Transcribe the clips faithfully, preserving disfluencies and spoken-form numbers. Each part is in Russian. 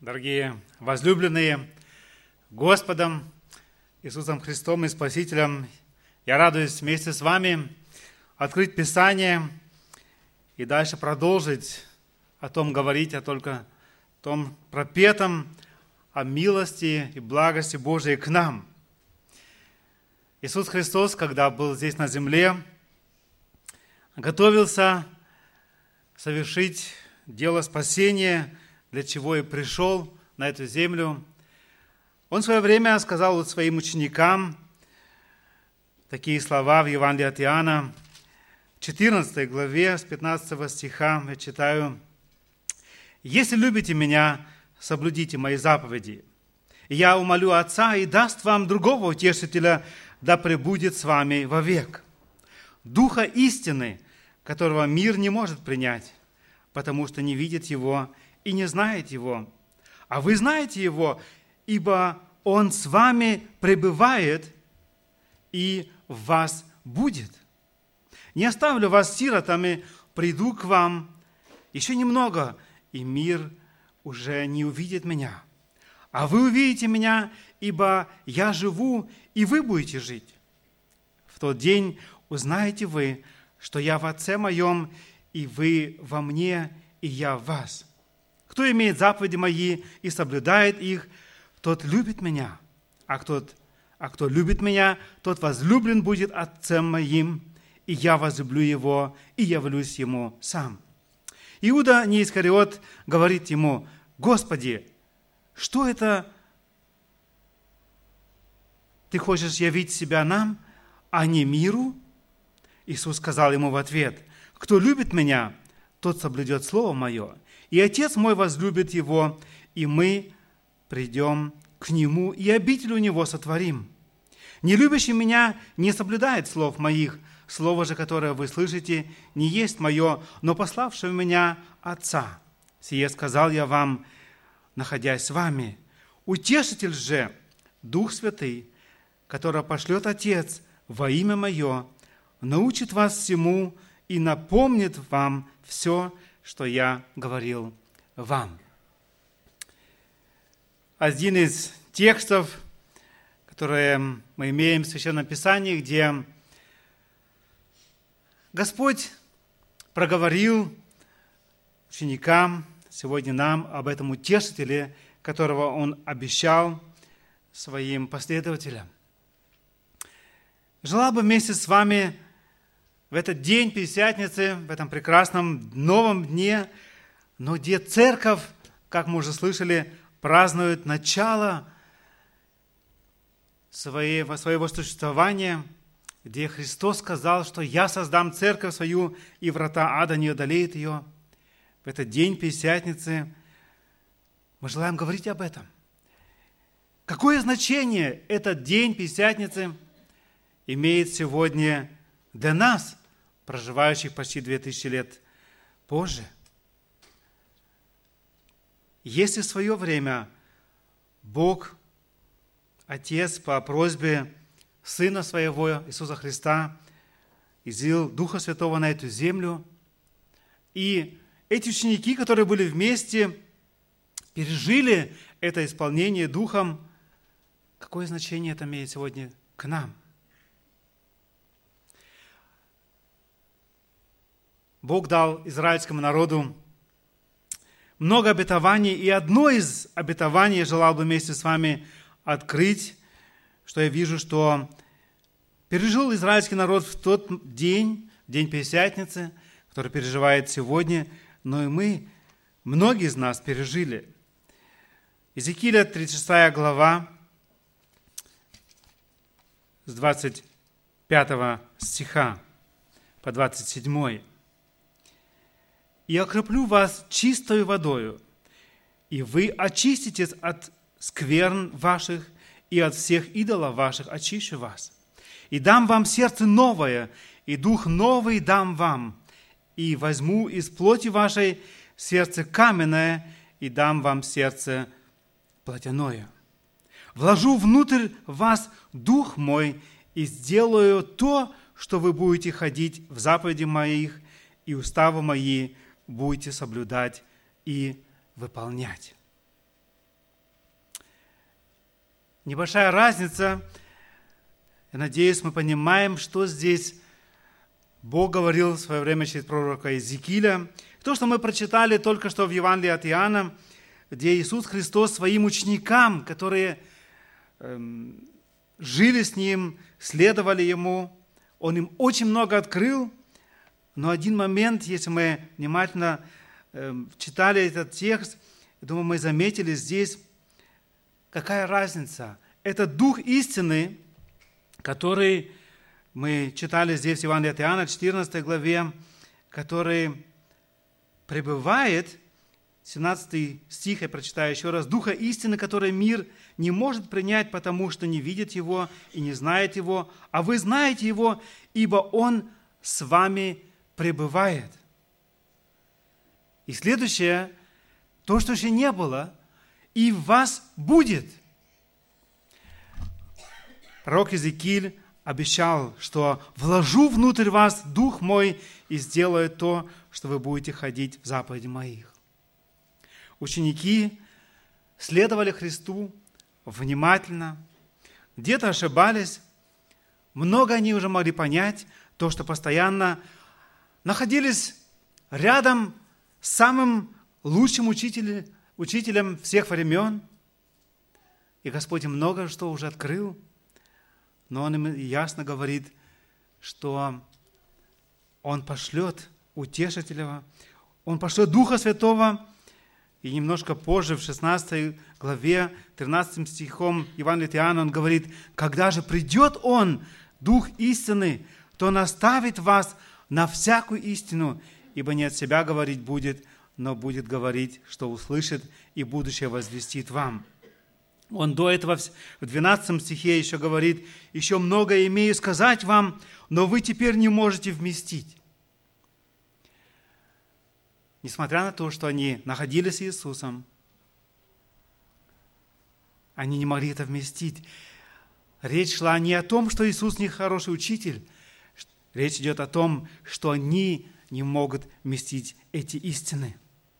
Дорогие возлюбленные Господом Иисусом Христом и Спасителем, я радуюсь вместе с вами открыть Писание и дальше продолжить о том говорить, о только том пропетом, о милости и благости Божией к нам. Иисус Христос, когда был здесь на земле, готовился совершить дело спасения, для чего и пришел на эту землю. Он в свое время сказал вот своим ученикам такие слова в Евангелии от Иоанна, в четырнадцатой главе, с пятнадцатого стиха, я читаю: «Если любите Меня, соблюдите Мои заповеди. И я умолю Отца, и даст вам другого утешителя, да пребудет с вами вовек. Духа истины, которого мир не может принять, потому что не видит Его и не знает Его. А вы знаете Его, ибо Он с вами пребывает и в вас будет. Не оставлю вас сиротами, приду к вам. Еще немного, и мир уже не увидит Меня. А вы увидите Меня, ибо я живу, и вы будете жить. В тот день узнаете вы, что я в Отце Моем, и вы во мне, и я в вас. Кто имеет заповеди Мои и соблюдает их, тот любит Меня. А кто, а кто любит Меня, тот возлюблен будет Отцем Моим, и я возлюблю Его, и явлюсь Ему сам». Иуда не Искариот говорит Ему: «Господи, что это Ты хочешь явить себя нам, а не миру?» Иисус сказал ему в ответ: «Кто любит Меня, тот соблюдет Слово Мое, и Отец Мой возлюбит Его, и мы придем к Нему, и обитель у Него сотворим. Не любящий Меня не соблюдает слов Моих, Слово же, которое вы слышите, не есть Мое, но пославшего Меня Отца. Сие сказал я вам, находясь с вами. Утешитель же, Дух Святый, которого пошлет Отец во имя Мое, научит вас всему и напомнит вам все, что я говорил вам». Один из текстов, которые мы имеем в Священном Писании, где Господь проговорил ученикам, сегодня нам, об этом утешителе, которого Он обещал своим последователям. Желал бы вместе с вами в этот день Пятидесятницы, в этом прекрасном новом дне, но где церковь, как мы уже слышали, празднует начало своего, своего существования, где Христос сказал, что «Я создам церковь свою, и врата ада не одолеют ее». В этот день Пятидесятницы мы желаем говорить об этом. Какое значение этот день Пятидесятницы имеет сегодня для нас, проживающих почти две тысячи лет позже? Если в свое время Бог, Отец, по просьбе Сына Своего, Иисуса Христа, излил Духа Святого на эту землю, и эти ученики, которые были вместе, пережили это исполнение Духом, какое значение это имеет сегодня к нам? Бог дал израильскому народу много обетований, и одно из обетований я желал бы вместе с вами открыть, что я вижу, что пережил израильский народ в тот день, день Пятидесятницы, который переживает сегодня, но и мы, многие из нас пережили. Иезекииля, тридцать шестая глава, с двадцать пятого стиха по двадцать седьмой. «И окроплю вас чистою водою, и вы очиститесь от скверн ваших, и от всех идолов ваших очищу вас. И дам вам сердце новое, и дух новый дам вам, и возьму из плоти вашей сердце каменное, и дам вам сердце плотяное. Вложу внутрь вас дух мой, и сделаю то, что вы будете ходить в заповеди моих, и уставы мои будете соблюдать и выполнять». небольшая разница. Я надеюсь, мы понимаем, что здесь Бог говорил в свое время через пророка Иезекииля. То, что мы прочитали только что в Евангелии от Иоанна, где Иисус Христос своим ученикам, которые эм, жили с Ним, следовали Ему, Он им очень много открыл, но один момент, если мы внимательно эм, читали этот текст, я думаю, мы заметили здесь, какая разница. Это Дух истины, который мы читали здесь в Евангелии от Иоанна, четырнадцатой главе, который пребывает, семнадцатый стих, я прочитаю еще раз, «Духа истины, который мир не может принять, потому что не видит Его и не знает Его, а вы знаете Его, ибо Он с вами пребывает». И следующее, то, что еще не было, и в вас будет. Пророк Иезекииль обещал, что «вложу внутрь вас Дух мой и сделаю то, что вы будете ходить в заповеди моих». Ученики следовали Христу внимательно, где-то ошибались, много они уже могли понять, то, что постоянно находились рядом с самым лучшим учителем, учителем всех времен, и Господь им много что уже открыл, но Он им ясно говорит, что Он пошлет Утешителя, Он пошлет Духа Святого. И немножко позже, в шестнадцатой главе, тринадцатым стихом Евангелия от Иоанна, Он говорит: «Когда же придет Он, Дух истины, то наставит вас на всякую истину, ибо не от себя говорить будет, но будет говорить, что услышит, и будущее возвестит вам». Он до этого в двенадцатом стихе еще говорит: «Еще многое имею сказать вам, но вы теперь не можете вместить». Несмотря на то, что они находились с Иисусом, они не могли это вместить. Речь шла не о том, что Иисус не хороший учитель. Речь идет о том, что они не могут вместить эти истины.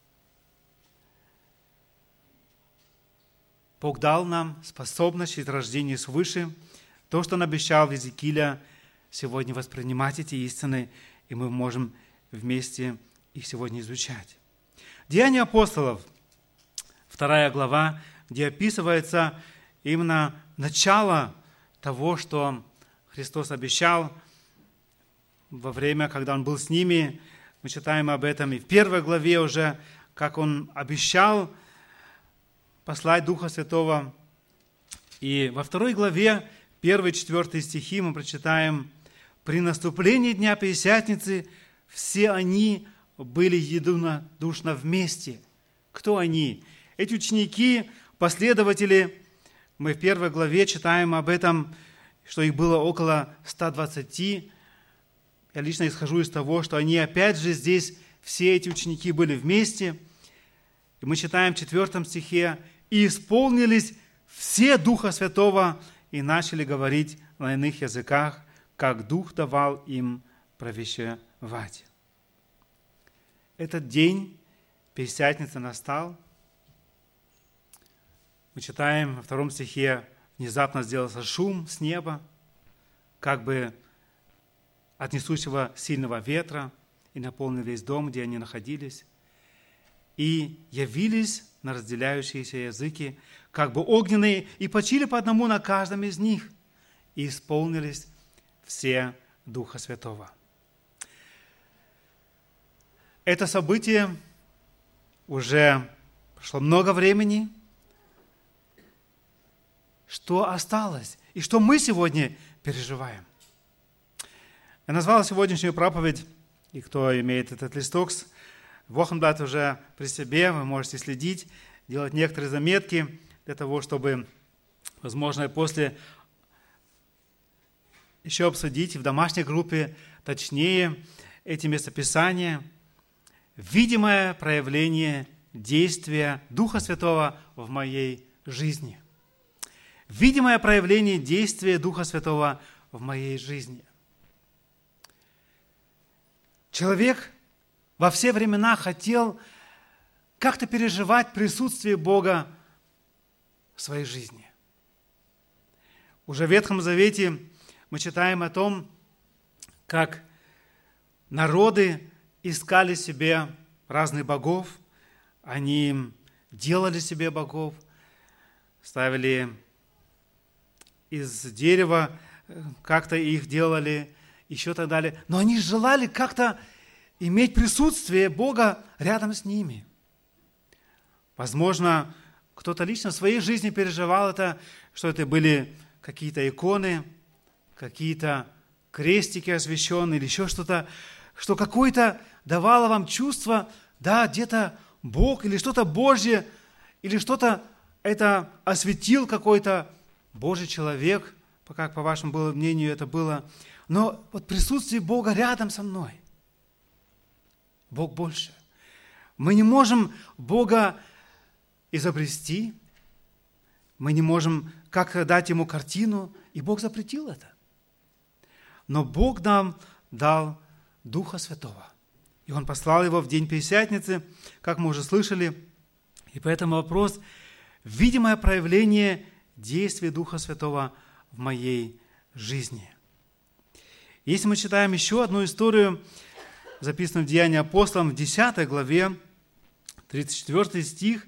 Бог дал нам способность от рождения свыше, то, что Он обещал в Иезекииля, сегодня воспринимать эти истины, и мы можем вместе их сегодня изучать. Деяния апостолов, вторая глава, где описывается именно начало того, что Христос обещал во время, когда Он был с ними. Мы читаем об этом и в первой главе уже, как Он обещал послать Духа Святого. И во второй главе, первый, четвертый стихи мы прочитаем: «При наступлении Дня Пятидесятницы все они были единодушно вместе». Кто они? Эти ученики, последователи. Мы в первой главе читаем об этом, что их было около ста двадцати. Я лично исхожу из того, что они опять же здесь, все эти ученики были вместе. И мы читаем в четвертом стихе: «И исполнились все Духа Святого, и начали говорить на иных языках, как Дух давал им провещевать». Этот день Пятидесятницы настал. Мы читаем во втором стихе: «Внезапно сделался шум с неба, как бы от несущего сильного ветра, и наполнил весь дом, где они находились. И явились на разделяющиеся языки, как бы огненные, и почили по одному на каждом из них, и исполнились все Духа Святого». Это событие уже прошло много времени. Что осталось? И что мы сегодня переживаем? Я назвал сегодняшнюю проповедь, и кто имеет этот листок с Вохенблат уже при себе, вы можете следить, делать некоторые заметки для того, чтобы, возможно, после еще обсудить в домашней группе точнее эти местописания. Видимое проявление действия Духа Святого в моей жизни. Видимое проявление действия Духа Святого в моей жизни. Человек во все времена хотел как-то переживать присутствие Бога в своей жизни. Уже в Ветхом Завете мы читаем о том, как народы искали себе разных богов, они делали себе богов, ставили из дерева, как-то их делали, еще так далее. Но они желали как-то иметь присутствие Бога рядом с ними. Возможно, кто-то лично в своей жизни переживал это, что это были какие-то иконы, какие-то крестики освященные или еще что-то, что какое-то давало вам чувство, да, где-то Бог или что-то Божье, или что-то это осветил какой-то Божий человек, как по вашему мнению это было. Но вот присутствие Бога рядом со мной. Бог больше. Мы не можем Бога изобрести, мы не можем как-то дать Ему картину, и Бог запретил это. Но Бог нам дал Духа Святого. И Он послал Его в день Пятидесятницы, как мы уже слышали. И поэтому вопрос, видимое проявление действия Духа Святого в моей жизни. Если мы читаем еще одну историю, записанную в Деянии апостолов, в десятой главе, тридцать четвёртый стих,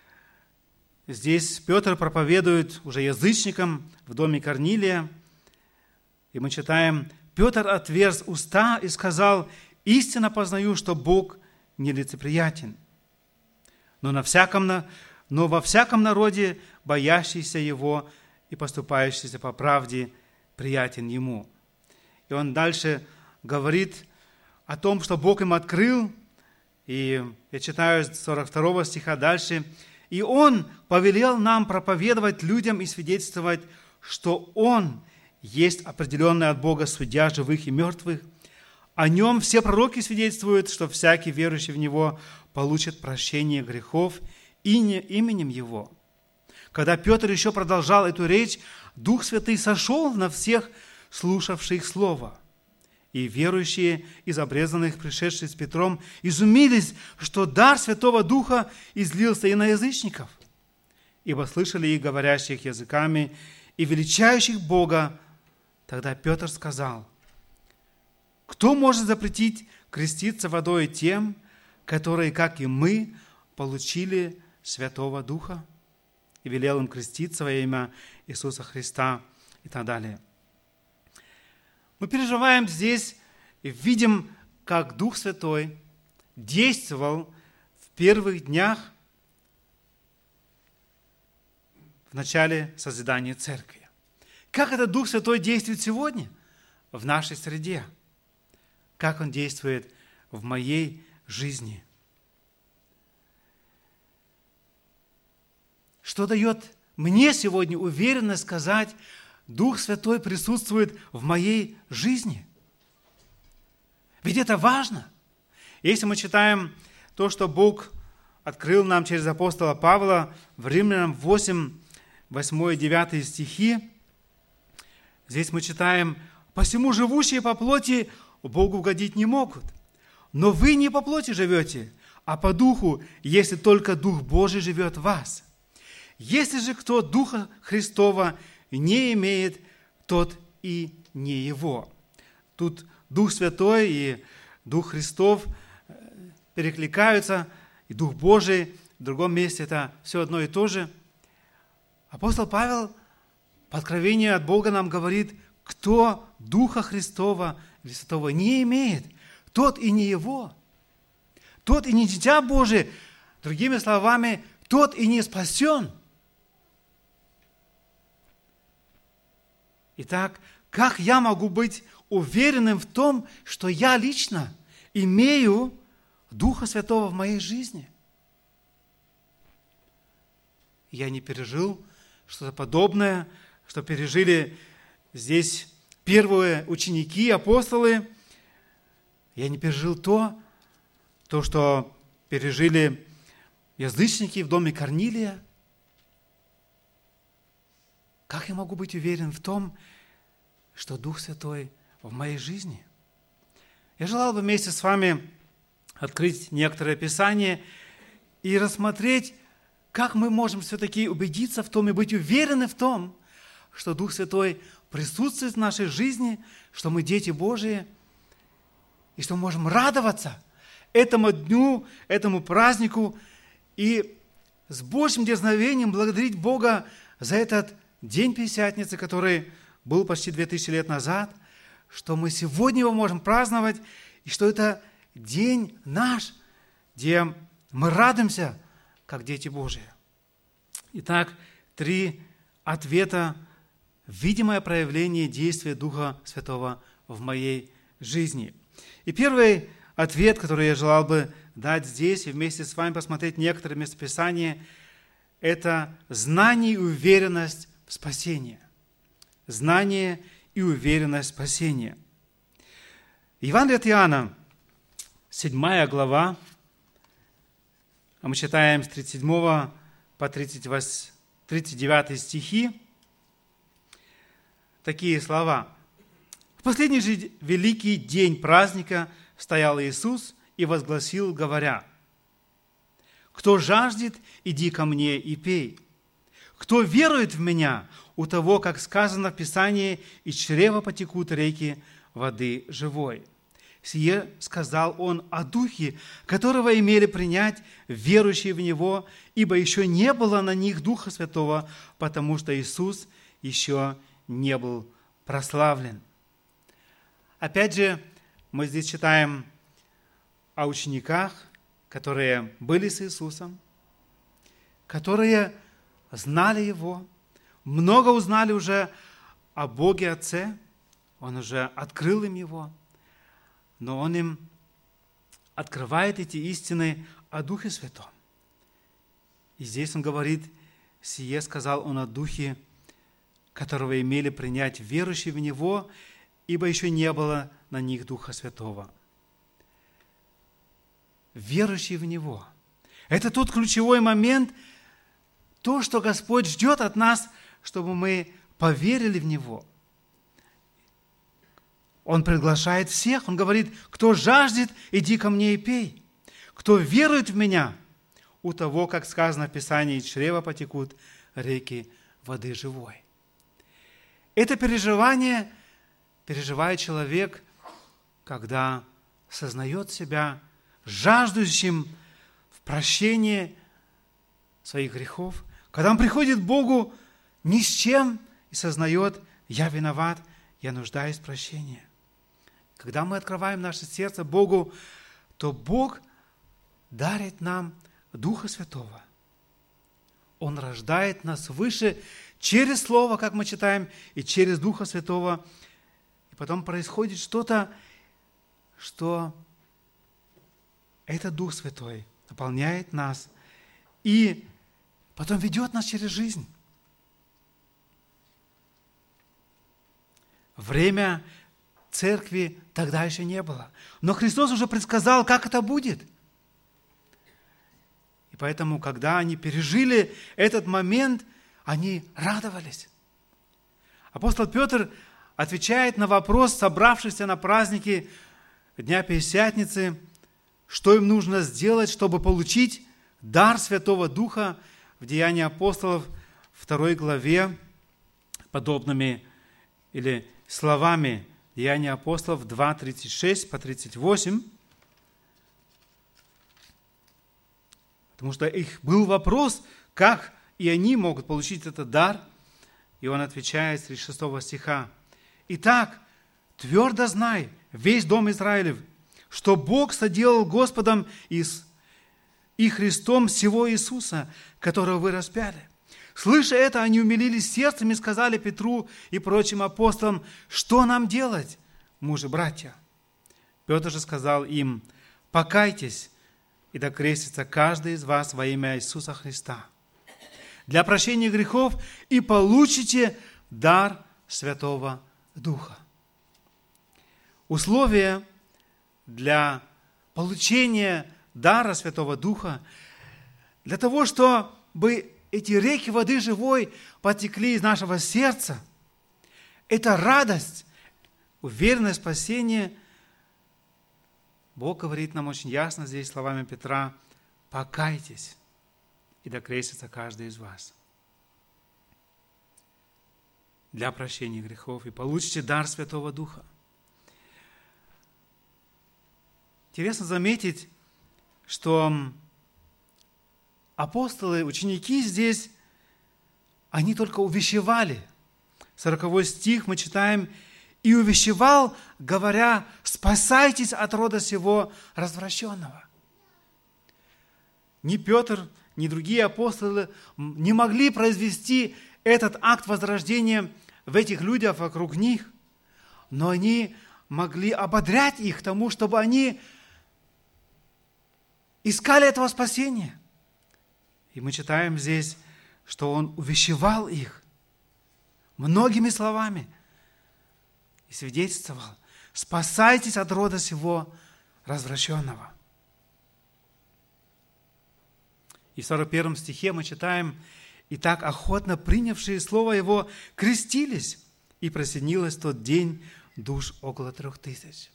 здесь Петр проповедует уже язычникам в доме Корнилия, и мы читаем: «Петр отверз уста и сказал: истинно познаю, что Бог нелицеприятен, но, на всяком, но во всяком народе боящийся Его и поступающийся по правде приятен Ему». И он дальше говорит о том, что Бог им открыл, и я читаю с сорок второго стиха дальше: «И Он повелел нам проповедовать людям и свидетельствовать, что Он есть определенный от Бога судья живых и мертвых. О Нем все пророки свидетельствуют, что всякий верующий в Него получит прощение грехов именем Его». Когда Петр еще продолжал эту речь, Дух Святый сошел на всех слушавших Слово. И верующие из обрезанных, пришедшие с Петром, изумились, что дар Святого Духа излился и на язычников. Ибо слышали их говорящих языками и величающих Бога. Тогда Петр сказал: «Кто может запретить креститься водой тем, которые, как и мы, получили Святого Духа?» И велел им креститься во имя Иисуса Христа и так далее. Мы переживаем здесь и видим, как Дух Святой действовал в первых днях в начале созидания церкви. Как этот Дух Святой действует сегодня в нашей среде? Как Он действует в моей жизни? Что дает мне сегодня уверенность сказать: Дух Святой присутствует в моей жизни? Ведь это важно. Если мы читаем то, что Бог открыл нам через апостола Павла в Римлянам восемь, восемь и девять стихи, здесь мы читаем: «Посему живущие по плоти Богу угодить не могут. Но вы не по плоти живете, а по духу, если только Дух Божий живет в вас. Если же кто Духа Христова не имеет, тот и не его». Тут Дух Святой и Дух Христов перекликаются, и Дух Божий в другом месте это все одно и то же. Апостол Павел по откровению от Бога нам говорит: кто Духа Христова или Святого не имеет, тот и не его. Тот и не дитя Божие. Другими словами, тот и не спасен. Итак, как я могу быть уверенным в том, что я лично имею Духа Святого в моей жизни? Я не пережил что-то подобное, что пережили здесь первые ученики, апостолы. Я не пережил то, то, что пережили язычники в доме Корнилия. Как я могу быть уверен в том, что Дух Святой в моей жизни? Я желал бы вместе с вами открыть некоторые Писания и рассмотреть, как мы можем все-таки убедиться в том и быть уверены в том, что Дух Святой присутствует в нашей жизни, что мы дети Божии, и что мы можем радоваться этому дню, этому празднику, и с большим дерзновением благодарить Бога за этот день Пятидесятницы, который был почти две тысячи лет назад, что мы сегодня его можем праздновать, и что это день наш, где мы радуемся, как дети Божии. Итак, три ответа, видимое проявление действия Духа Святого в моей жизни. И первый ответ, который я желал бы дать здесь и вместе с вами посмотреть некоторые местописания, это знание и уверенность в спасении. Знание и уверенность в спасении. Евангелие от Иоанна, седьмая глава, а мы читаем с тридцать седьмого по тридцать девятый стихи, такие слова. В последний же великий день праздника стоял Иисус и возгласил, говоря: «Кто жаждет, иди ко мне и пей. Кто верует в Меня, у того, как сказано в Писании, из чрева потекут реки воды живой». Сие сказал Он о Духе, которого имели принять верующие в Него, ибо еще не было на них Духа Святого, потому что Иисус еще не был прославлен. Опять же, мы здесь читаем о учениках, которые были с Иисусом, которые знали Его, много узнали уже о Боге Отце, Он уже открыл им Его, но Он им открывает эти истины о Духе Святом. И здесь Он говорит: «Сие сказал Он о Духе, которого имели принять верующие в Него, ибо еще не было на них Духа Святого». Верующие в Него. Это тот ключевой момент, то, что Господь ждет от нас, чтобы мы поверили в Него. Он приглашает всех, Он говорит: кто жаждет, иди ко мне и пей. Кто верует в Меня, у того, как сказано в Писании, из чрева потекут реки воды живой. Это переживание переживает человек, когда сознает себя жаждущим в прощении своих грехов, когда он приходит к Богу ни с чем и сознает: я виноват, я нуждаюсь в прощении. Когда мы открываем наше сердце Богу, то Бог дарит нам Духа Святого. Он рождает нас свыше через Слово, как мы читаем, и через Духа Святого. И потом происходит что-то, что этот Дух Святой наполняет нас и потом ведет нас через жизнь. Время церкви тогда еще не было. Но Христос уже предсказал, как это будет. И поэтому, когда они пережили этот момент, они радовались. Апостол Петр отвечает на вопрос собравшихся на празднике Дня Пятидесятницы, что им нужно сделать, чтобы получить дар Святого Духа, в Деянии апостолов второй главе, подобными или словами Деяния апостолов два, тридцать шесть по тридцать восемь. Потому что их был вопрос, как и они могут получить этот дар. И он отвечает с тридцать шестого стиха. «Итак, твердо знай, весь дом Израилев, что Бог соделал Господом и Христом сего Иисуса, которого вы распяли». Слыша это, они умилились сердцем и сказали Петру и прочим апостолам: «Что нам делать, мужи-братья?» Петр же сказал им: «Покайтесь, и да крестится каждый из вас во имя Иисуса Христа для прощения грехов, и получите дар Святого Духа». Условие для получения дара Святого Духа, для того, чтобы эти реки воды живой потекли из нашего сердца, это радость, уверенность в спасении. Бог говорит нам очень ясно здесь словами Петра: «Покайтесь, и да крестится каждый из вас». для прощения грехов и получите дар Святого Духа. Интересно заметить, что апостолы, ученики здесь, они только увещевали. сороковой стих мы читаем: «И увещевал, говоря, спасайтесь от рода сего развращенного». Ни Петр, ни другие апостолы не могли произвести этот акт возрождения в этих людях вокруг них, но они могли ободрять их к тому, чтобы они искали этого спасения. И мы читаем здесь, что он увещевал их многими словами и свидетельствовал: спасайтесь от рода сего развращенного. И в сорок первом стихе мы читаем: «И так охотно принявшие слово его крестились, и присоединилось в тот день душ около трех тысяч».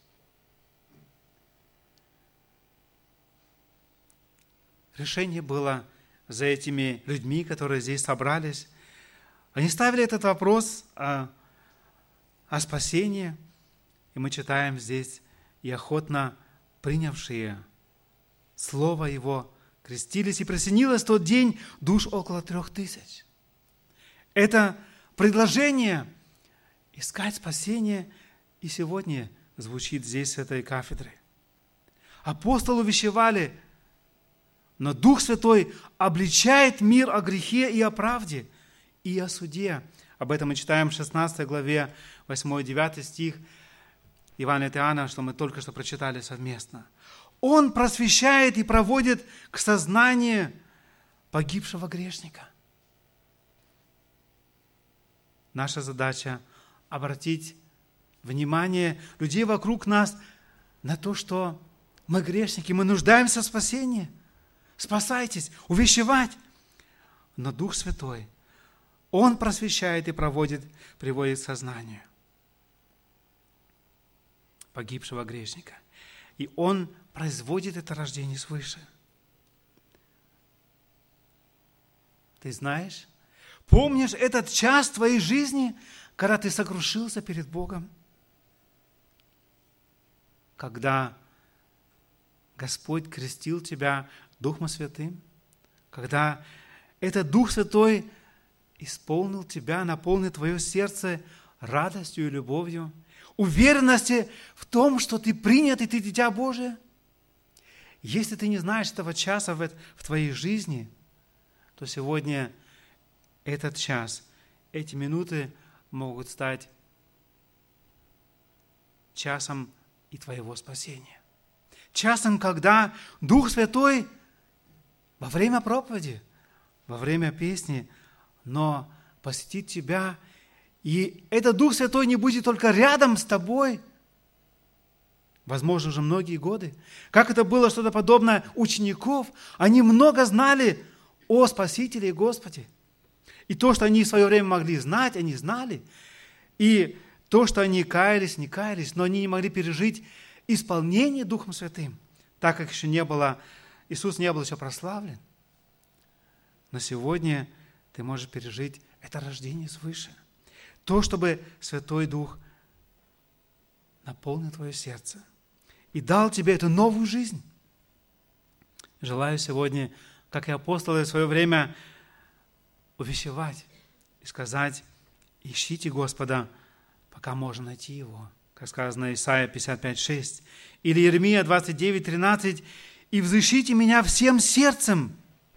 Решение было за этими людьми, которые здесь собрались. Они ставили этот вопрос о, о спасении, и мы читаем здесь: «И охотно принявшие слово его крестились, и присоединилось в тот день душ около трех тысяч». Это предложение искать спасение и сегодня звучит здесь, с этой кафедры. Апостолы увещевали, но Дух Святой обличает мир о грехе и о правде, и о суде. Об этом мы читаем в шестнадцатой главе, восьмой-девятый стих Евангелия от Иоанна, что мы только что прочитали совместно. Он просвещает и проводит к сознанию погибшего грешника. Наша задача – обратить внимание людей вокруг нас на то, что мы грешники, мы нуждаемся в спасении. Спасайтесь, увещевать. Но Дух Святой, Он просвещает и проводит, приводит к сознанию погибшего грешника. И Он производит это рождение свыше. Ты знаешь, помнишь этот час твоей жизни, когда ты сокрушился перед Богом? Когда Господь крестил тебя Духом Святым? Когда этот Дух Святой исполнил тебя, наполнил твое сердце радостью и любовью, уверенностью в том, что ты принят и ты дитя Божие? Если ты не знаешь этого часа в, в твоей жизни, то сегодня этот час, эти минуты могут стать часом и твоего спасения. Часом, когда Дух Святой во время проповеди, во время песни, но посетит тебя, и этот Дух Святой не будет только рядом с тобой, возможно, уже многие годы. Как это было что-то подобное учеников, они много знали о Спасителе и Господе. И то, что они в свое время могли знать, они знали. И то, что они каялись, не каялись, но они не могли пережить исполнение Духом Святым, так как еще не было, Иисус не был еще прославлен. Но сегодня ты можешь пережить это рождение свыше. То, чтобы Святой Дух наполнил твое сердце и дал тебе эту новую жизнь. Желаю сегодня, как и апостолы в свое время, увещевать и сказать: ищите Господа, пока можно найти Его. Как сказано Исайя пятьдесят пять шесть. Или Иеремия двадцать девять тринадцать. «И взыщите меня всем сердцем».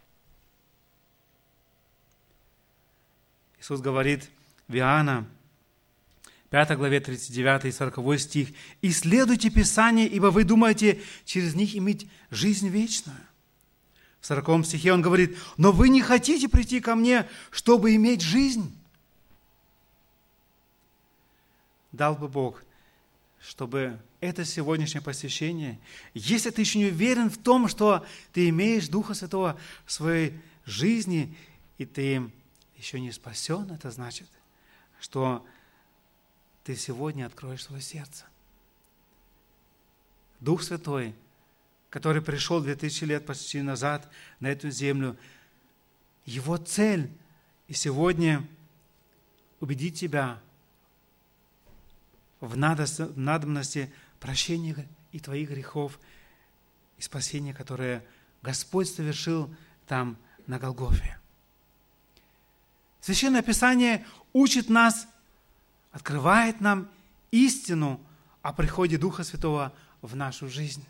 Иисус говорит в Иоанна, пятой главе, тридцать девятый и сороковой стих: «Исследуйте Писание, ибо вы думаете через них иметь жизнь вечную». В сороковом стихе он говорит: «Но вы не хотите прийти ко мне, чтобы иметь жизнь». Дал бы Бог, чтобы это сегодняшнее посвящение, если ты еще не уверен в том, что ты имеешь Духа Святого в своей жизни, и ты еще не спасен, это значит, что ты сегодня откроешь свое сердце. Дух Святой, который пришел две тысячи лет почти назад на эту землю, его цель и сегодня убедить тебя в надобности прощения и твоих грехов, и спасения, которое Господь совершил там на Голгофе. Священное Писание учит нас, открывает нам истину о приходе Духа Святого в нашу жизнь.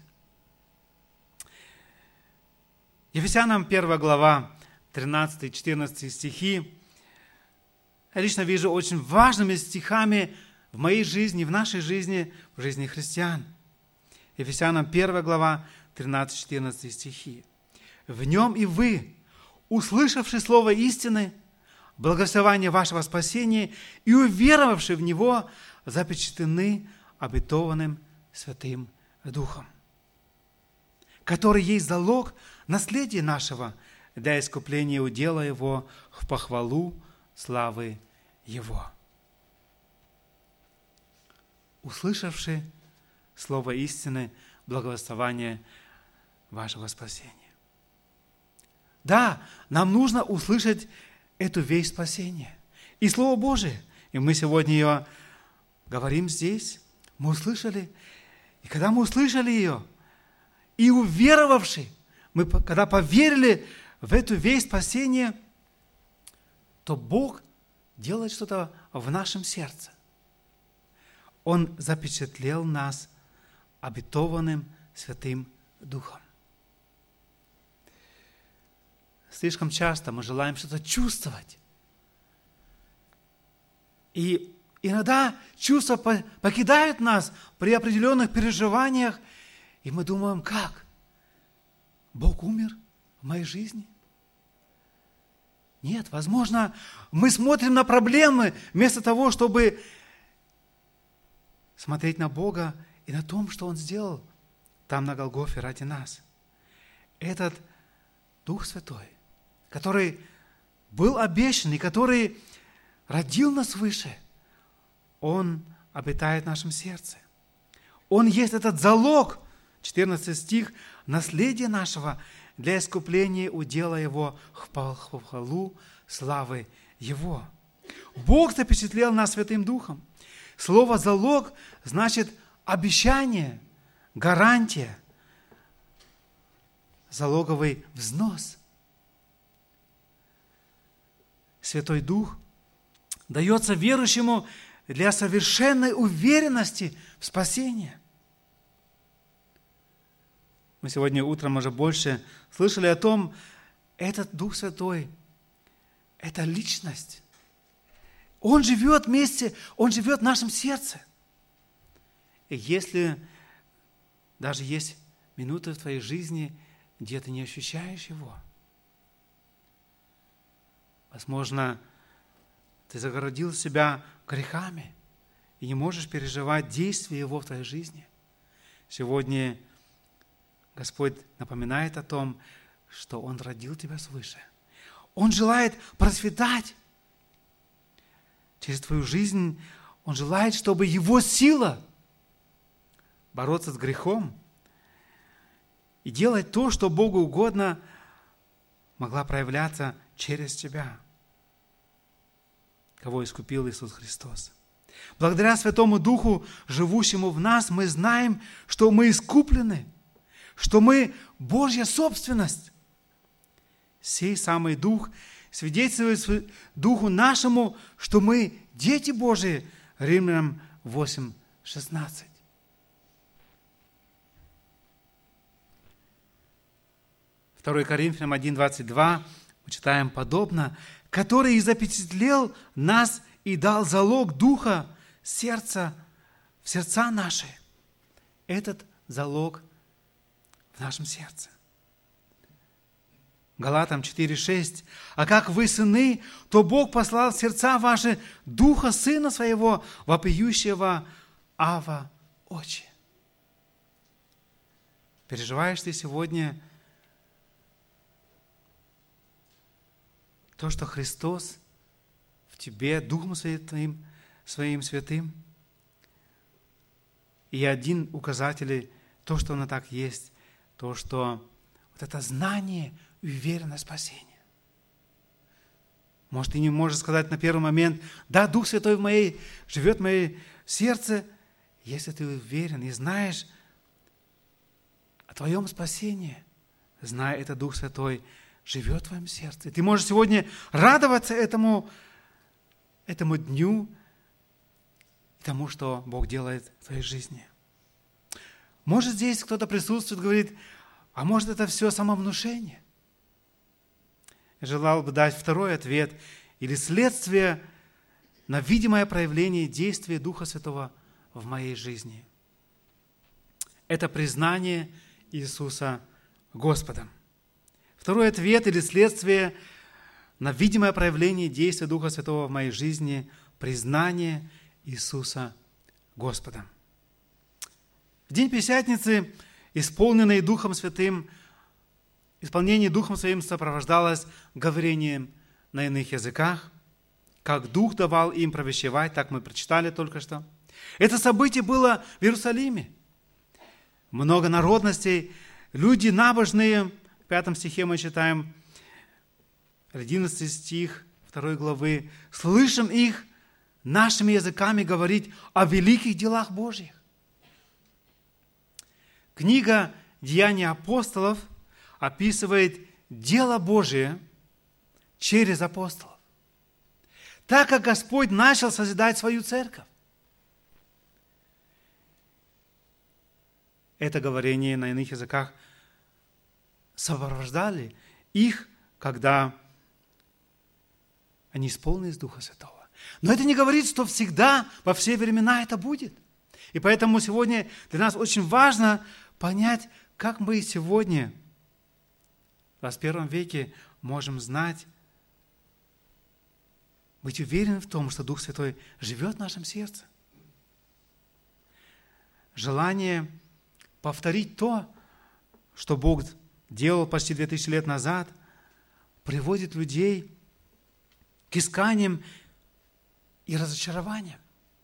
Ефесянам первая глава, тринадцатый-четырнадцатый стихи, я лично вижу очень важными стихами в моей жизни, в нашей жизни, в жизни христиан. Ефесянам первая глава, тринадцатый-четырнадцатый стихи. «В нем и вы, услышавши слово истины, благословение вашего спасения и уверовавши в него, запечатлены обетованным Святым Духом, который есть залог наследия нашего для искупления удела его в похвалу славы его». Услышавши слово истины, благословение вашего спасения. Да, нам нужно услышать эту весть спасения. И Слово Божие. И мы сегодня ее говорим здесь. Мы услышали. И когда мы услышали ее, и уверовавши, мы когда поверили в эту весть спасения, то Бог делает что-то в нашем сердце. Он запечатлел нас обетованным Святым Духом. Слишком часто мы желаем что-то чувствовать. И иногда чувства покидают нас при определенных переживаниях, и мы думаем, как? Бог умер в моей жизни? Нет, возможно, мы смотрим на проблемы вместо того, чтобы смотреть на Бога и на том, что Он сделал там на Голгофе ради нас. Этот Дух Святой, который был обещан и который родил нас свыше, Он обитает в нашем сердце. Он есть этот залог, четырнадцатый стих, наследия нашего для искупления удела Его в похвалу славы Его. Бог запечатлел нас Святым Духом. Слово «залог» значит обещание, гарантия, залоговый взнос. Святой Дух дается верующему для совершенной уверенности в спасении. Мы сегодня утром уже больше слышали о том, этот Дух Святой – это личность. Он живет вместе, Он живет в нашем сердце. И если даже есть минуты в твоей жизни, где ты не ощущаешь Его, возможно, ты загородил себя грехами и не можешь переживать действия Его в твоей жизни. Сегодня Господь напоминает о том, что Он родил тебя свыше. Он желает процветать через твою жизнь. Он желает, чтобы Его сила бороться с грехом и делать то, что Богу угодно, могла проявляться через тебя, кого искупил Иисус Христос. Благодаря Святому Духу, живущему в нас, мы знаем, что мы искуплены, что мы Божья собственность. Сей самый Дух свидетельствует Духу нашему, что мы дети Божии. Римлянам восемь шестнадцать. второе Коринфянам один двадцать два мы читаем подобно, который и запечатлел нас и дал залог Духа сердца в сердца наши. Этот залог в нашем сердце. Галатам четыре шесть. А как вы сыны, то Бог послал в сердца ваши Духа Сына Своего, вопиющего Ава Отче. Переживаешь ты сегодня то, что Христос в тебе Духом Святым, Своим Святым? И один указатель, то, что оно так есть, то, что вот это знание и уверенность в спасении. Может, ты не можешь сказать на первый момент: да, Дух Святой в моей, живет в моем сердце. Если ты уверен и знаешь о твоем спасении, зная, это Дух Святой живет в твоем сердце. Ты можешь сегодня радоваться этому, этому дню, тому, что Бог делает в твоей жизни. Может, здесь кто-то присутствует, говорит: а может, это все самовнушение? Я желал бы дать второй ответ, или следствие на видимое проявление действия Духа Святого в моей жизни. Это признание Иисуса Господом. Второй ответ или следствие на видимое проявление действия Духа Святого в моей жизни – признание Иисуса Господом. В день Пятидесятницы, исполненный Духом Святым, исполнение Духом Своим сопровождалось говорением на иных языках, как Дух давал им провещевать, так мы прочитали только что. Это событие было в Иерусалиме. Много народностей, люди набожные. В пятом стихе мы читаем, одиннадцатый стих второй главы. «Слышим их нашими языками говорить о великих делах Божьих». Книга «Деяния апостолов» описывает дело Божие через апостолов. Так как Господь начал созидать свою церковь. Это говорение на иных языках сопровождали их, когда они исполнились Духа Святого. Но это не говорит, что всегда, во все времена это будет. И поэтому сегодня для нас очень важно понять, как мы сегодня, в двадцать первом веке, можем знать, быть уверены в том, что Дух Святой живет в нашем сердце. Желание повторить то, что Бог делал почти две тысячи лет назад, приводит людей к исканиям и разочарованиям.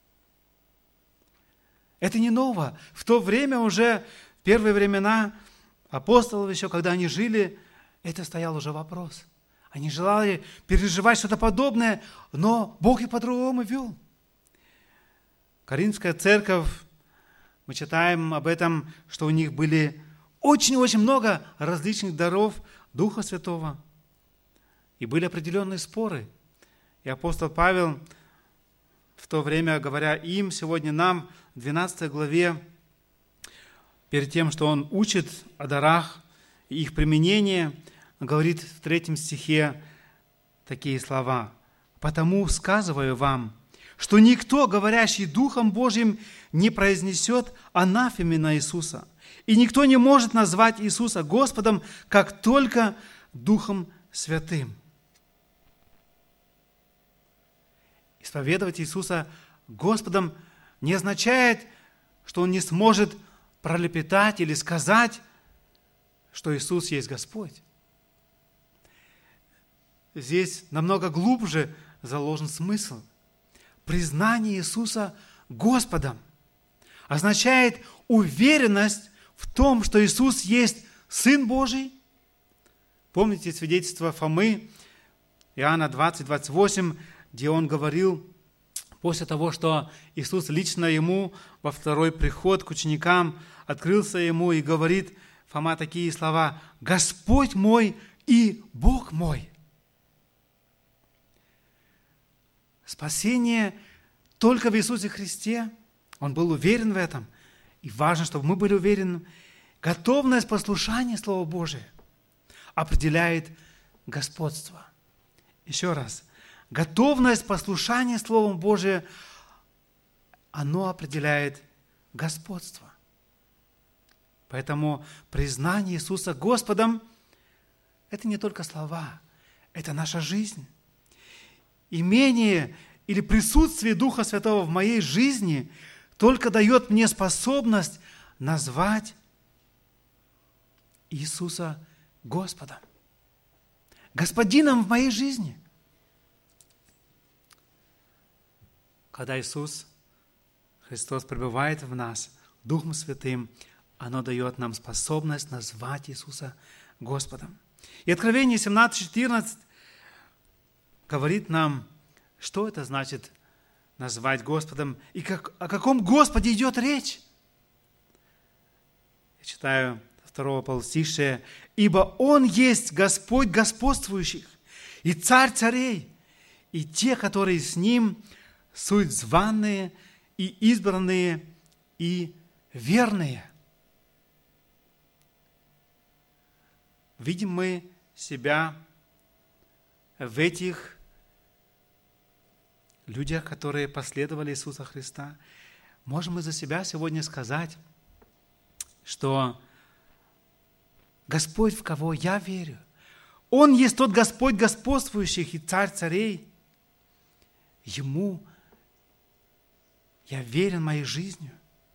Это не ново. В то время уже, в первые времена апостолов еще, когда они жили, это стоял уже вопрос. Они желали переживать что-то подобное, но Бог их по-другому вел. Коринфская церковь, мы читаем об этом, что у них были очень-очень много различных даров Духа Святого. И были определенные споры. И апостол Павел в то время, говоря им, сегодня нам, в двенадцатой главе, перед тем, что он учит о дарах и их применении, говорит в третьем стихе такие слова. «Потому сказываю вам, что никто, говорящий Духом Божьим, не произнесет анафемы на Иисуса, и никто не может назвать Иисуса Господом, как только Духом Святым». Исповедовать Иисуса Господом не означает, что он не сможет пролепетать или сказать, что Иисус есть Господь. Здесь намного глубже заложен смысл. Признание Иисуса Господом означает уверенность в том, что Иисус есть Сын Божий. Помните свидетельство Фомы, Иоанна двадцать, двадцать восемь, где он говорил, после того, что Иисус лично ему во второй приход к ученикам открылся ему и говорит, Фома, такие слова: «Господь мой и Бог мой». Спасение только в Иисусе Христе. Он был уверен в этом. И важно, чтобы мы были уверены. Готовность послушания Слова Божия определяет господство. Еще раз. Готовность послушания Слову Божия, оно определяет господство. Поэтому признание Иисуса Господом – это не только слова, это наша жизнь. Имение или присутствие Духа Святого в моей жизни только дает мне способность назвать Иисуса Господом, Господином в моей жизни. Когда Иисус Христос пребывает в нас Духом Святым, оно дает нам способность назвать Иисуса Господом. И Откровение семнадцать четырнадцать говорит нам, что это значит назвать Господом и как, о каком Господе идет речь. Я читаю второго полустишия. «Ибо Он есть Господь господствующих, и Царь царей, и те, которые с Ним, суть званные и избранные и верные». Видим мы себя в этих людях, которые последовали Иисуса Христа. Можем мы за себя сегодня сказать, что Господь, в кого я верю, Он есть тот Господь господствующих и Царь царей. Ему я верен моей жизнью.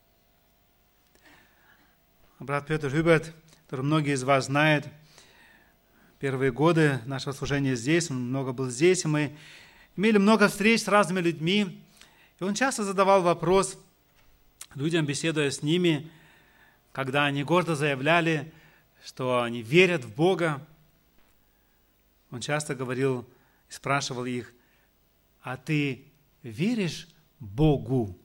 Брат Петр Хюберт, который многие из вас знают, первые годы нашего служения здесь, он много был здесь, и мы имели много встреч с разными людьми, и он часто задавал вопрос людям, беседуя с ними, когда они гордо заявляли, что они верят в Бога. Он часто говорил и спрашивал их: «А ты веришь Богу?»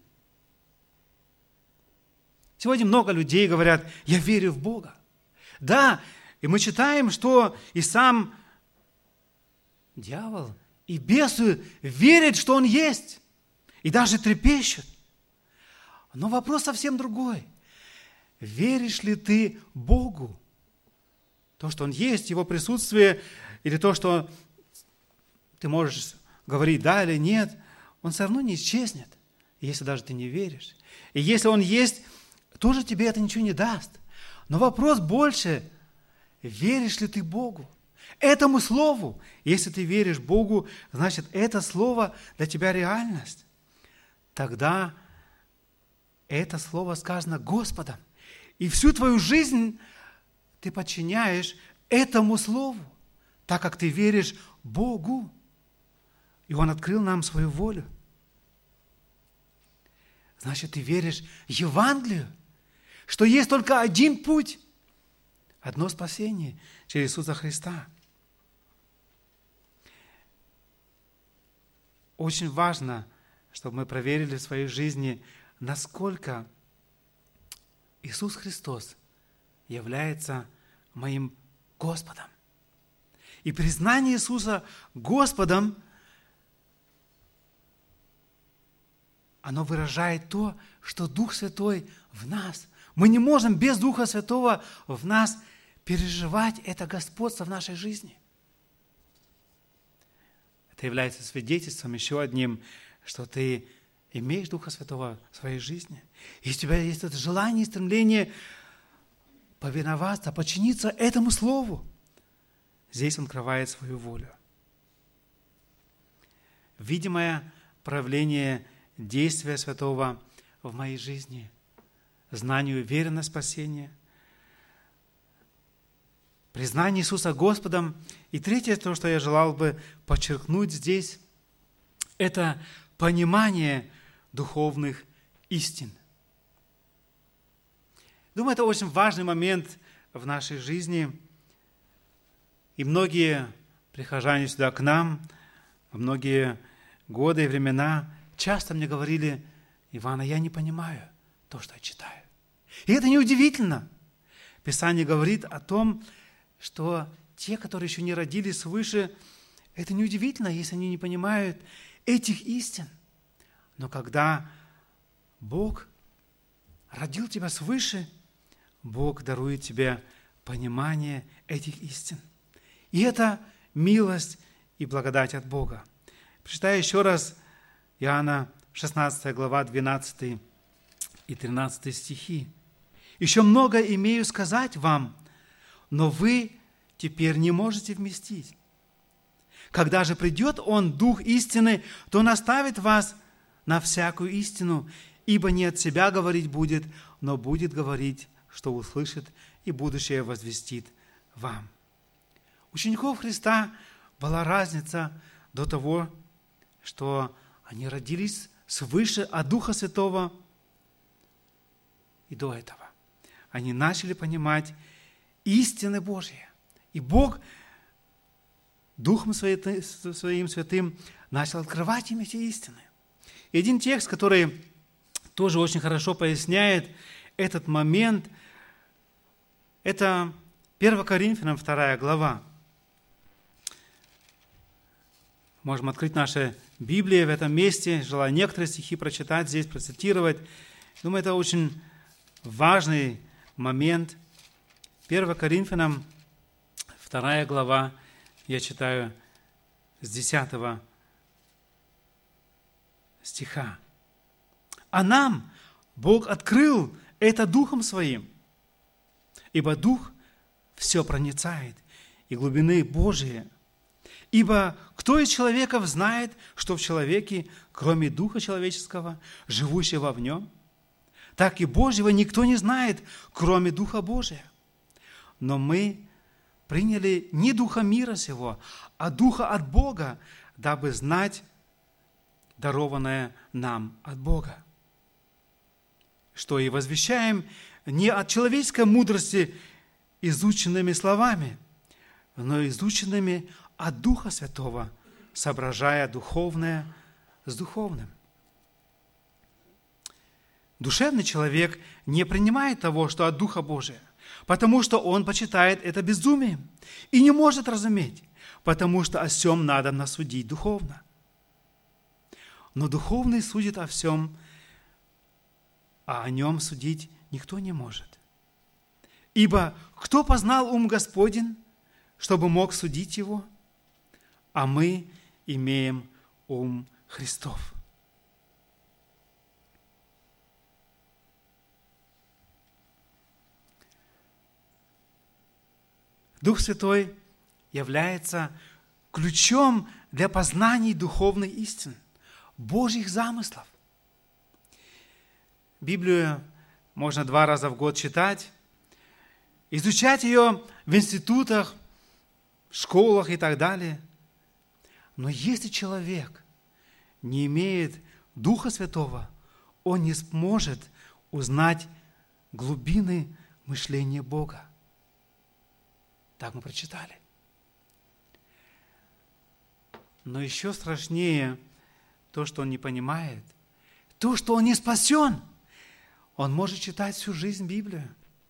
Сегодня много людей говорят: «Я верю в Бога». Да, и мы читаем, что и сам дьявол, и бесы верят, что Он есть, и даже трепещут. Но вопрос совсем другой. Веришь ли ты Богу? То, что Он есть, Его присутствие, или то, что ты можешь говорить да или нет, Он все равно не исчезнет, если даже ты не веришь. И если Он есть, тоже тебе это ничего не даст. Но вопрос больше: веришь ли ты Богу? Этому Слову. Если ты веришь Богу, значит, это Слово для тебя реальность. Тогда это Слово сказано Господом. И всю твою жизнь ты подчиняешь этому Слову, так как ты веришь Богу. И Он открыл нам свою волю. Значит, ты веришь Евангелию, что есть только один путь, одно спасение через Иисуса Христа. Очень важно, чтобы мы проверили в своей жизни, насколько Иисус Христос является моим Господом. И признание Иисуса Господом, оно выражает то, что Дух Святой в нас. Мы не можем без Духа Святого в нас переживать это господство в нашей жизни. Это является свидетельством еще одним, что ты имеешь Духа Святого в своей жизни. И у тебя есть это желание и стремление повиноваться, подчиниться этому Слову. Здесь Он открывает свою волю. Видимое проявление действия Святого в моей жизни, знание и уверенность спасения, признание Иисуса Господом. И третье, то, что я желал бы подчеркнуть здесь, это понимание духовных истин. Думаю, это очень важный момент в нашей жизни. И многие прихожане сюда к нам, во многие годы и времена часто мне говорили: Ивана, я не понимаю то, что я читаю. И это неудивительно. Писание говорит о том, что те, которые еще не родились свыше, это неудивительно, если они не понимают этих истин. Но когда Бог родил тебя свыше, Бог дарует тебе понимание этих истин. И это милость и благодать от Бога. Прочитаю еще раз Иоанна шестнадцатая глава, двенадцатый и тринадцатый стихи. «Еще много имею сказать вам, но вы теперь не можете вместить. Когда же придет Он, Дух истины, то наставит вас на всякую истину, ибо не от себя говорить будет, но будет говорить, что услышит, и будущее возвестит вам». У учеников Христа была разница до того, что они родились свыше от Духа Святого, и до этого. Они начали понимать истины Божьи. И Бог Духом Своим Святым начал открывать им эти истины. И один текст, который тоже очень хорошо поясняет этот момент, это первое Коринфянам вторая глава. Можем открыть наши Библии в этом месте. Желаю некоторые стихи прочитать здесь, процитировать. Думаю, это очень важный момент. первое Коринфянам вторая глава, я читаю с десятого стиха. «А нам Бог открыл это Духом Своим, ибо Дух все проницает, и глубины Божии. Ибо кто из человеков знает, что в человеке, кроме Духа человеческого, живущего в нем? Так и Божьего никто не знает, кроме Духа Божия. Но мы приняли не Духа мира сего, а Духа от Бога, дабы знать дарованное нам от Бога. Что и возвещаем не от человеческой мудрости изученными словами, но изученными от Духа Святого, соображая духовное с духовным. Душевный человек не принимает того, что от Духа Божия, потому что он почитает это безумием и не может разуметь, потому что о всем надо насудить духовно. Но духовный судит о всем, а о нем судить никто не может. Ибо кто познал ум Господень, чтобы мог судить его? А мы имеем ум Христов». Дух Святой является ключом для познания духовных истин, Божьих замыслов. Библию можно два раза в год читать, изучать ее в институтах, школах и так далее. Но если человек не имеет Духа Святого, он не сможет узнать глубины мышления Бога. Так мы прочитали. Но еще страшнее то, что он не понимает, то, что он не спасен. Он может читать всю жизнь Библию,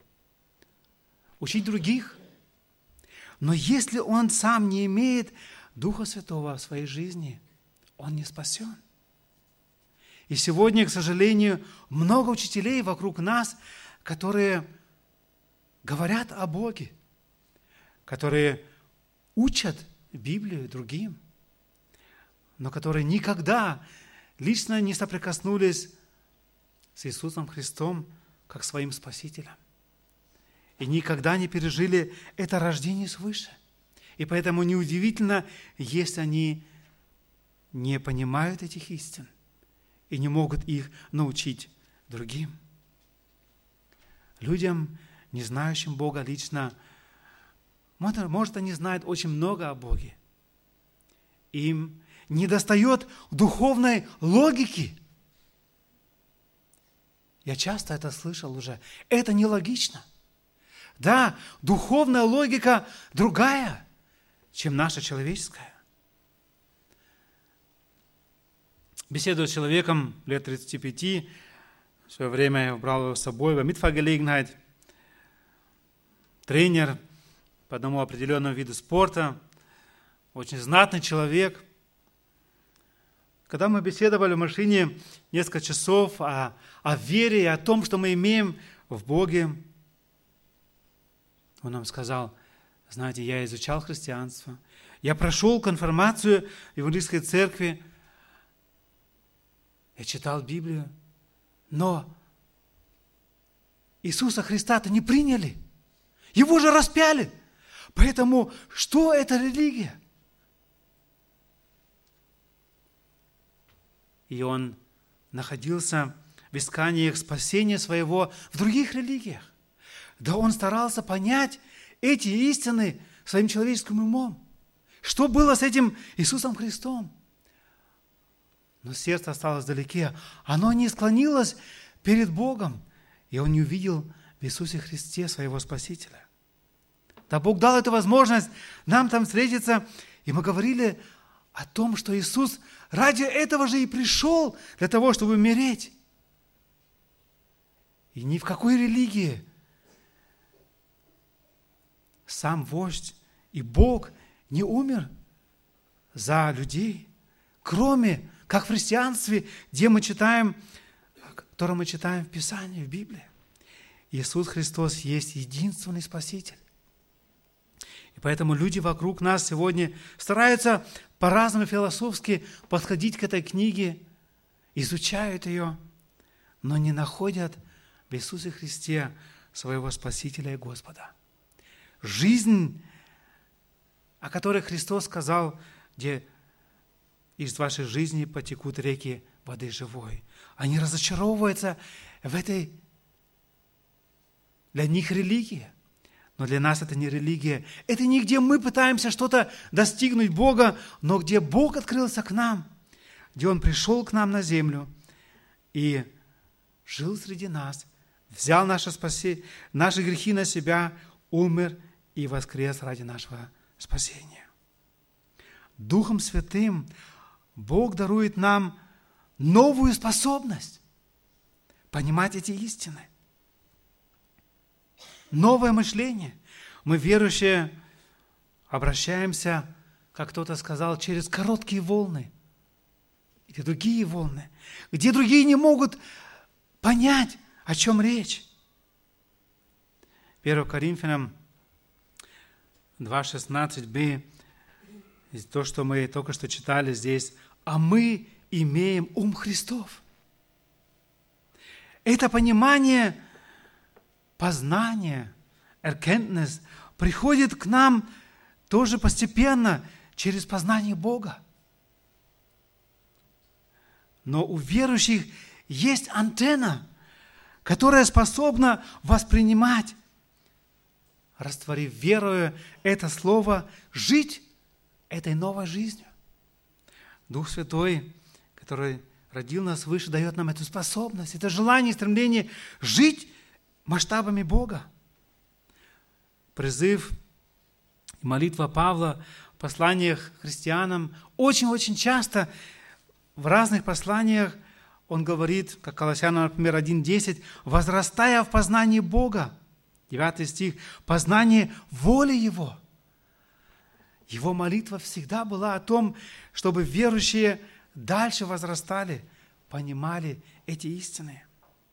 учить других. Но если он сам не имеет Духа Святого в своей жизни, он не спасен. И сегодня, к сожалению, много учителей вокруг нас, которые говорят о Боге, которые учат Библию другим, но которые никогда лично не соприкоснулись с Иисусом Христом как своим Спасителем. И никогда не пережили это рождение свыше. И поэтому неудивительно, если они не понимают этих истин и не могут их научить другим. Людям, не знающим Бога лично, может, они знают очень много о Боге. Им недостает духовной логики. Я часто это слышал уже. Это нелогично. Да, духовная логика другая, чем наша человеческая. Беседуя с человеком лет тридцати пяти, в свое время я брал его с собой в Mitfahrgelegenheit, тренер по одному определенному виду спорта, очень знатный человек. Когда мы беседовали в машине несколько часов о, о вере и о том, что мы имеем в Боге, он нам сказал: знаете, я изучал христианство, я прошел конфирмацию в евангельской церкви, я читал Библию, но Иисуса Христа-то не приняли, Его же распяли. Поэтому что это религия? И он находился в искании спасения своего в других религиях. Да он старался понять эти истины своим человеческим умом. Что было с этим Иисусом Христом? Но сердце осталось вдалеке. Оно не склонилось перед Богом. И он не увидел в Иисусе Христе своего Спасителя. Да Бог дал эту возможность нам там встретиться И мы говорили о том, что Иисус ради этого же и пришел, для того, чтобы умереть. И ни в какой религии сам вождь и Бог не умер за людей, кроме, как в христианстве, где мы читаем, которое мы читаем в Писании, в Библии. Иисус Христос есть единственный Спаситель. И поэтому люди вокруг нас сегодня стараются по-разному философски подходить к этой книге, изучают ее, но не находят в Иисусе Христе своего Спасителя и Господа. Жизнь, о которой Христос сказал, где из вашей жизни потекут реки воды живой. Они разочаровываются в этой, для них, религии. Но для нас это не религия. Это не где мы пытаемся что-то достигнуть Бога, но где Бог открылся к нам, где Он пришел к нам на землю и жил среди нас, взял наше спасение, наши грехи на себя, умер и воскрес ради нашего спасения. Духом Святым Бог дарует нам новую способность понимать эти истины. Новое мышление. Мы, верующие, обращаемся, как кто-то сказал, через короткие волны. Или другие волны, где другие не могут понять, о чем речь. первое Коринфянам два шестнадцать б, то, что мы только что читали здесь, а мы имеем ум Христов. Это понимание, познание, erkenntnis приходит к нам тоже постепенно через познание Бога. Но у верующих есть антенна, которая способна воспринимать, растворив верою это слово, жить этой новой жизнью. Дух Святой, который родил нас свыше, дает нам эту способность, это желание, стремление жить масштабами Бога. Призыв и молитва Павла в посланиях христианам очень-очень часто в разных посланиях он говорит, как Колоссянам, например, один десять, возрастая в познании Бога. девятый стих, познание воли Его. Его молитва всегда была о том, чтобы верующие дальше возрастали, понимали эти истины.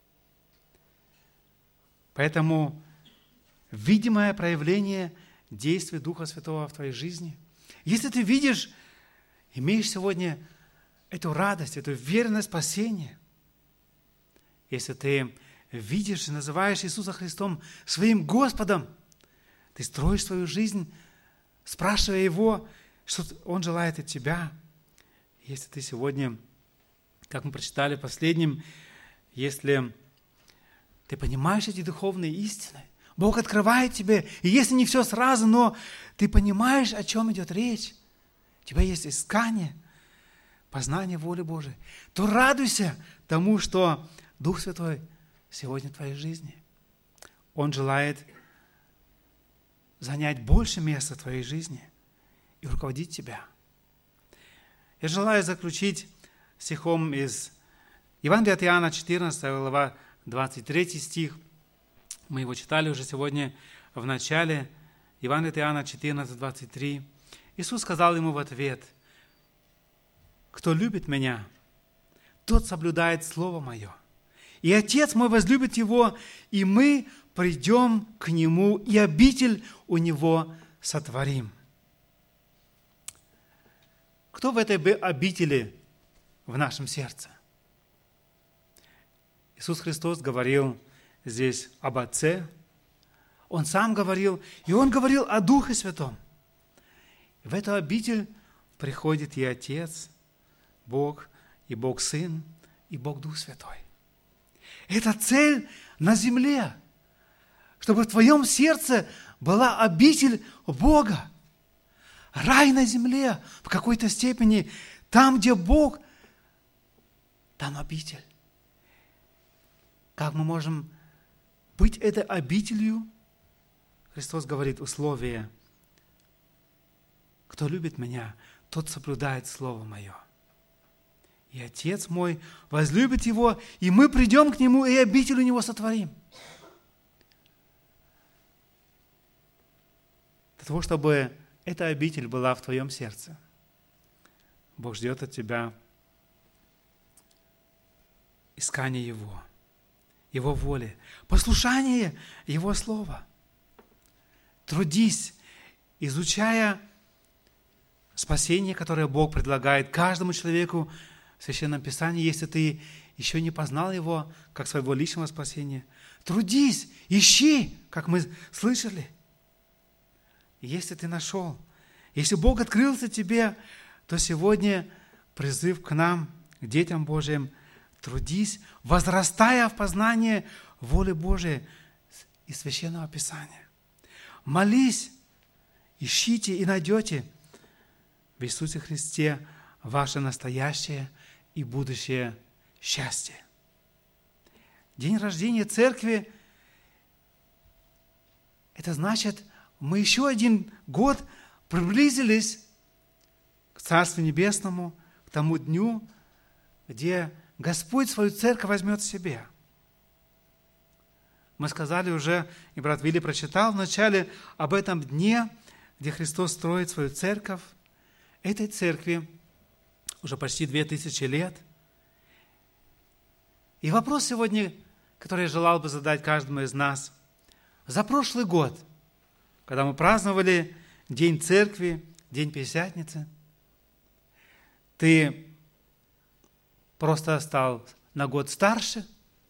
Поэтому видимое проявление действия Духа Святого в твоей жизни. Если ты видишь, имеешь сегодня эту радость, эту уверенность спасения, если ты видишь и называешь Иисуса Христом своим Господом, ты строишь свою жизнь, спрашивая Его, что Он желает от тебя. Если ты сегодня, как мы прочитали в последнем, если ты понимаешь эти духовные истины, Бог открывает тебе, и если не все сразу, но ты понимаешь, о чем идет речь, у тебя есть искание, познание воли Божией, то радуйся тому, что Дух Святой сегодня в твоей жизни. Он желает занять больше места в твоей жизни и руководить тебя. Я желаю заключить стихом из Евангелия от Иоанна, четырнадцатая глава, двадцать третий стих. Мы его читали уже сегодня в начале. Евангелие от Иоанна четырнадцать, двадцать три. Иисус сказал ему в ответ: «Кто любит Меня, тот соблюдает Слово Мое. И Отец Мой возлюбит Его, и мы придем к Нему, и обитель у Него сотворим». Кто в этой обители в нашем сердце? Иисус Христос говорил здесь об Отце. Он сам говорил, и Он говорил о Духе Святом. В эту обитель приходит и Отец, Бог, и Бог Сын, и Бог Дух Святой. Это цель на земле, чтобы в твоем сердце была обитель Бога. Рай на земле в какой-то степени. Там, где Бог, там обитель. Как мы можем быть этой обителью? Христос говорит условие. кто любит Меня, тот соблюдает Слово Мое. И Отец мой возлюбит его, и мы придем к Нему, и обитель у Него сотворим. Для того, чтобы эта обитель была в твоем сердце, Бог ждет от тебя искания Его, Его воли, послушание Его Слова. Трудись, изучая спасение, которое Бог предлагает каждому человеку в Священном Писании, если ты еще не познал Его как своего личного спасения. Трудись, ищи, как мы слышали. Если ты нашел, если Бог открылся тебе, то сегодня призыв к нам, к детям Божьим, трудись, возрастая в познании воли Божией из Священного Писания. Молись, ищите и найдете в Иисусе Христе ваше настоящее и будущее счастье. День рождения Церкви – это значит, мы еще один год приблизились к Царству Небесному, к тому дню, где Господь свою Церковь возьмет себе. Мы сказали уже, и брат Вилли прочитал вначале об этом дне, где Христос строит свою Церковь. Этой Церкви уже почти две тысячи лет. И вопрос сегодня, который я желал бы задать каждому из нас. За прошлый год, когда мы праздновали День Церкви, День Пятидесятницы, ты просто стал на год старше?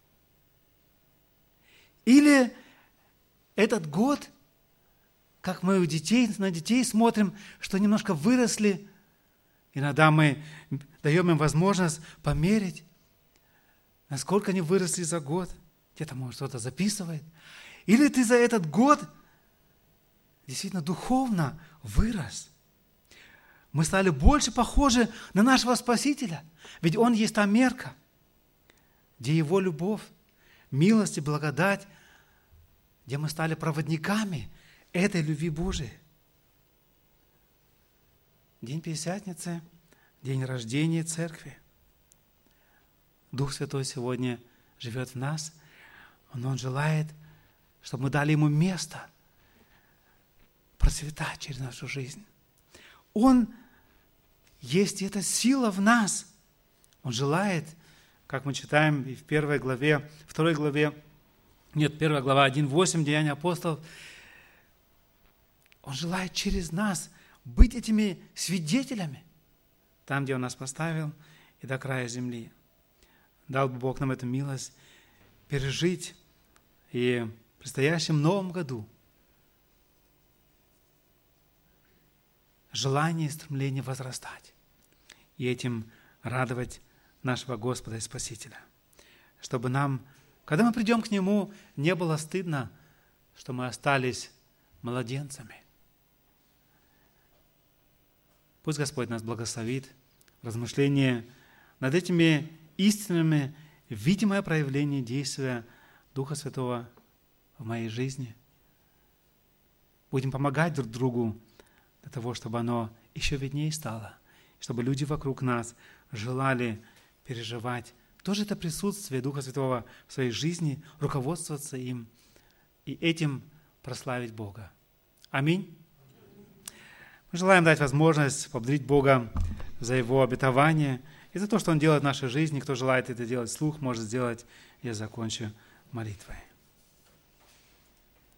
Или этот год, как мы у детей, на детей смотрим, что немножко выросли, иногда мы даем им возможность померить, насколько они выросли за год, где-то, может, что-то записывает. Или ты за этот год действительно духовно вырос. Мы стали больше похожи на нашего Спасителя, ведь Он есть та мерка, где Его любовь, милость и благодать, где мы стали проводниками этой любви Божией. День Пятидесятницы, день рождения Церкви. Дух Святой сегодня живет в нас, но Он желает, чтобы мы дали Ему место процветать через нашу жизнь. Он есть эта сила в нас. Он желает, как мы читаем и в первой главе, второй главе, нет, первая глава один восемь, Деяния апостолов, Он желает через нас быть этими свидетелями, там, где Он нас поставил, и до края земли. Дал бы Бог нам эту милость пережить и в предстоящем новом году желание и стремление возрастать и этим радовать нашего Господа и Спасителя. Чтобы нам, когда мы придем к Нему, не было стыдно, что мы остались младенцами. Пусть Господь нас благословит в размышлении над этими истинами, видимое проявление действия Духа Святого в моей жизни. Будем помогать друг другу для того, чтобы оно еще виднее стало, чтобы люди вокруг нас желали переживать тоже это присутствие Духа Святого в своей жизни, руководствоваться им и этим прославить Бога. Аминь. Мы желаем дать возможность поблагодарить Бога за Его обетование и за то, что Он делает в нашей жизни. Кто желает это делать вслух, может сделать. Я закончу молитвой.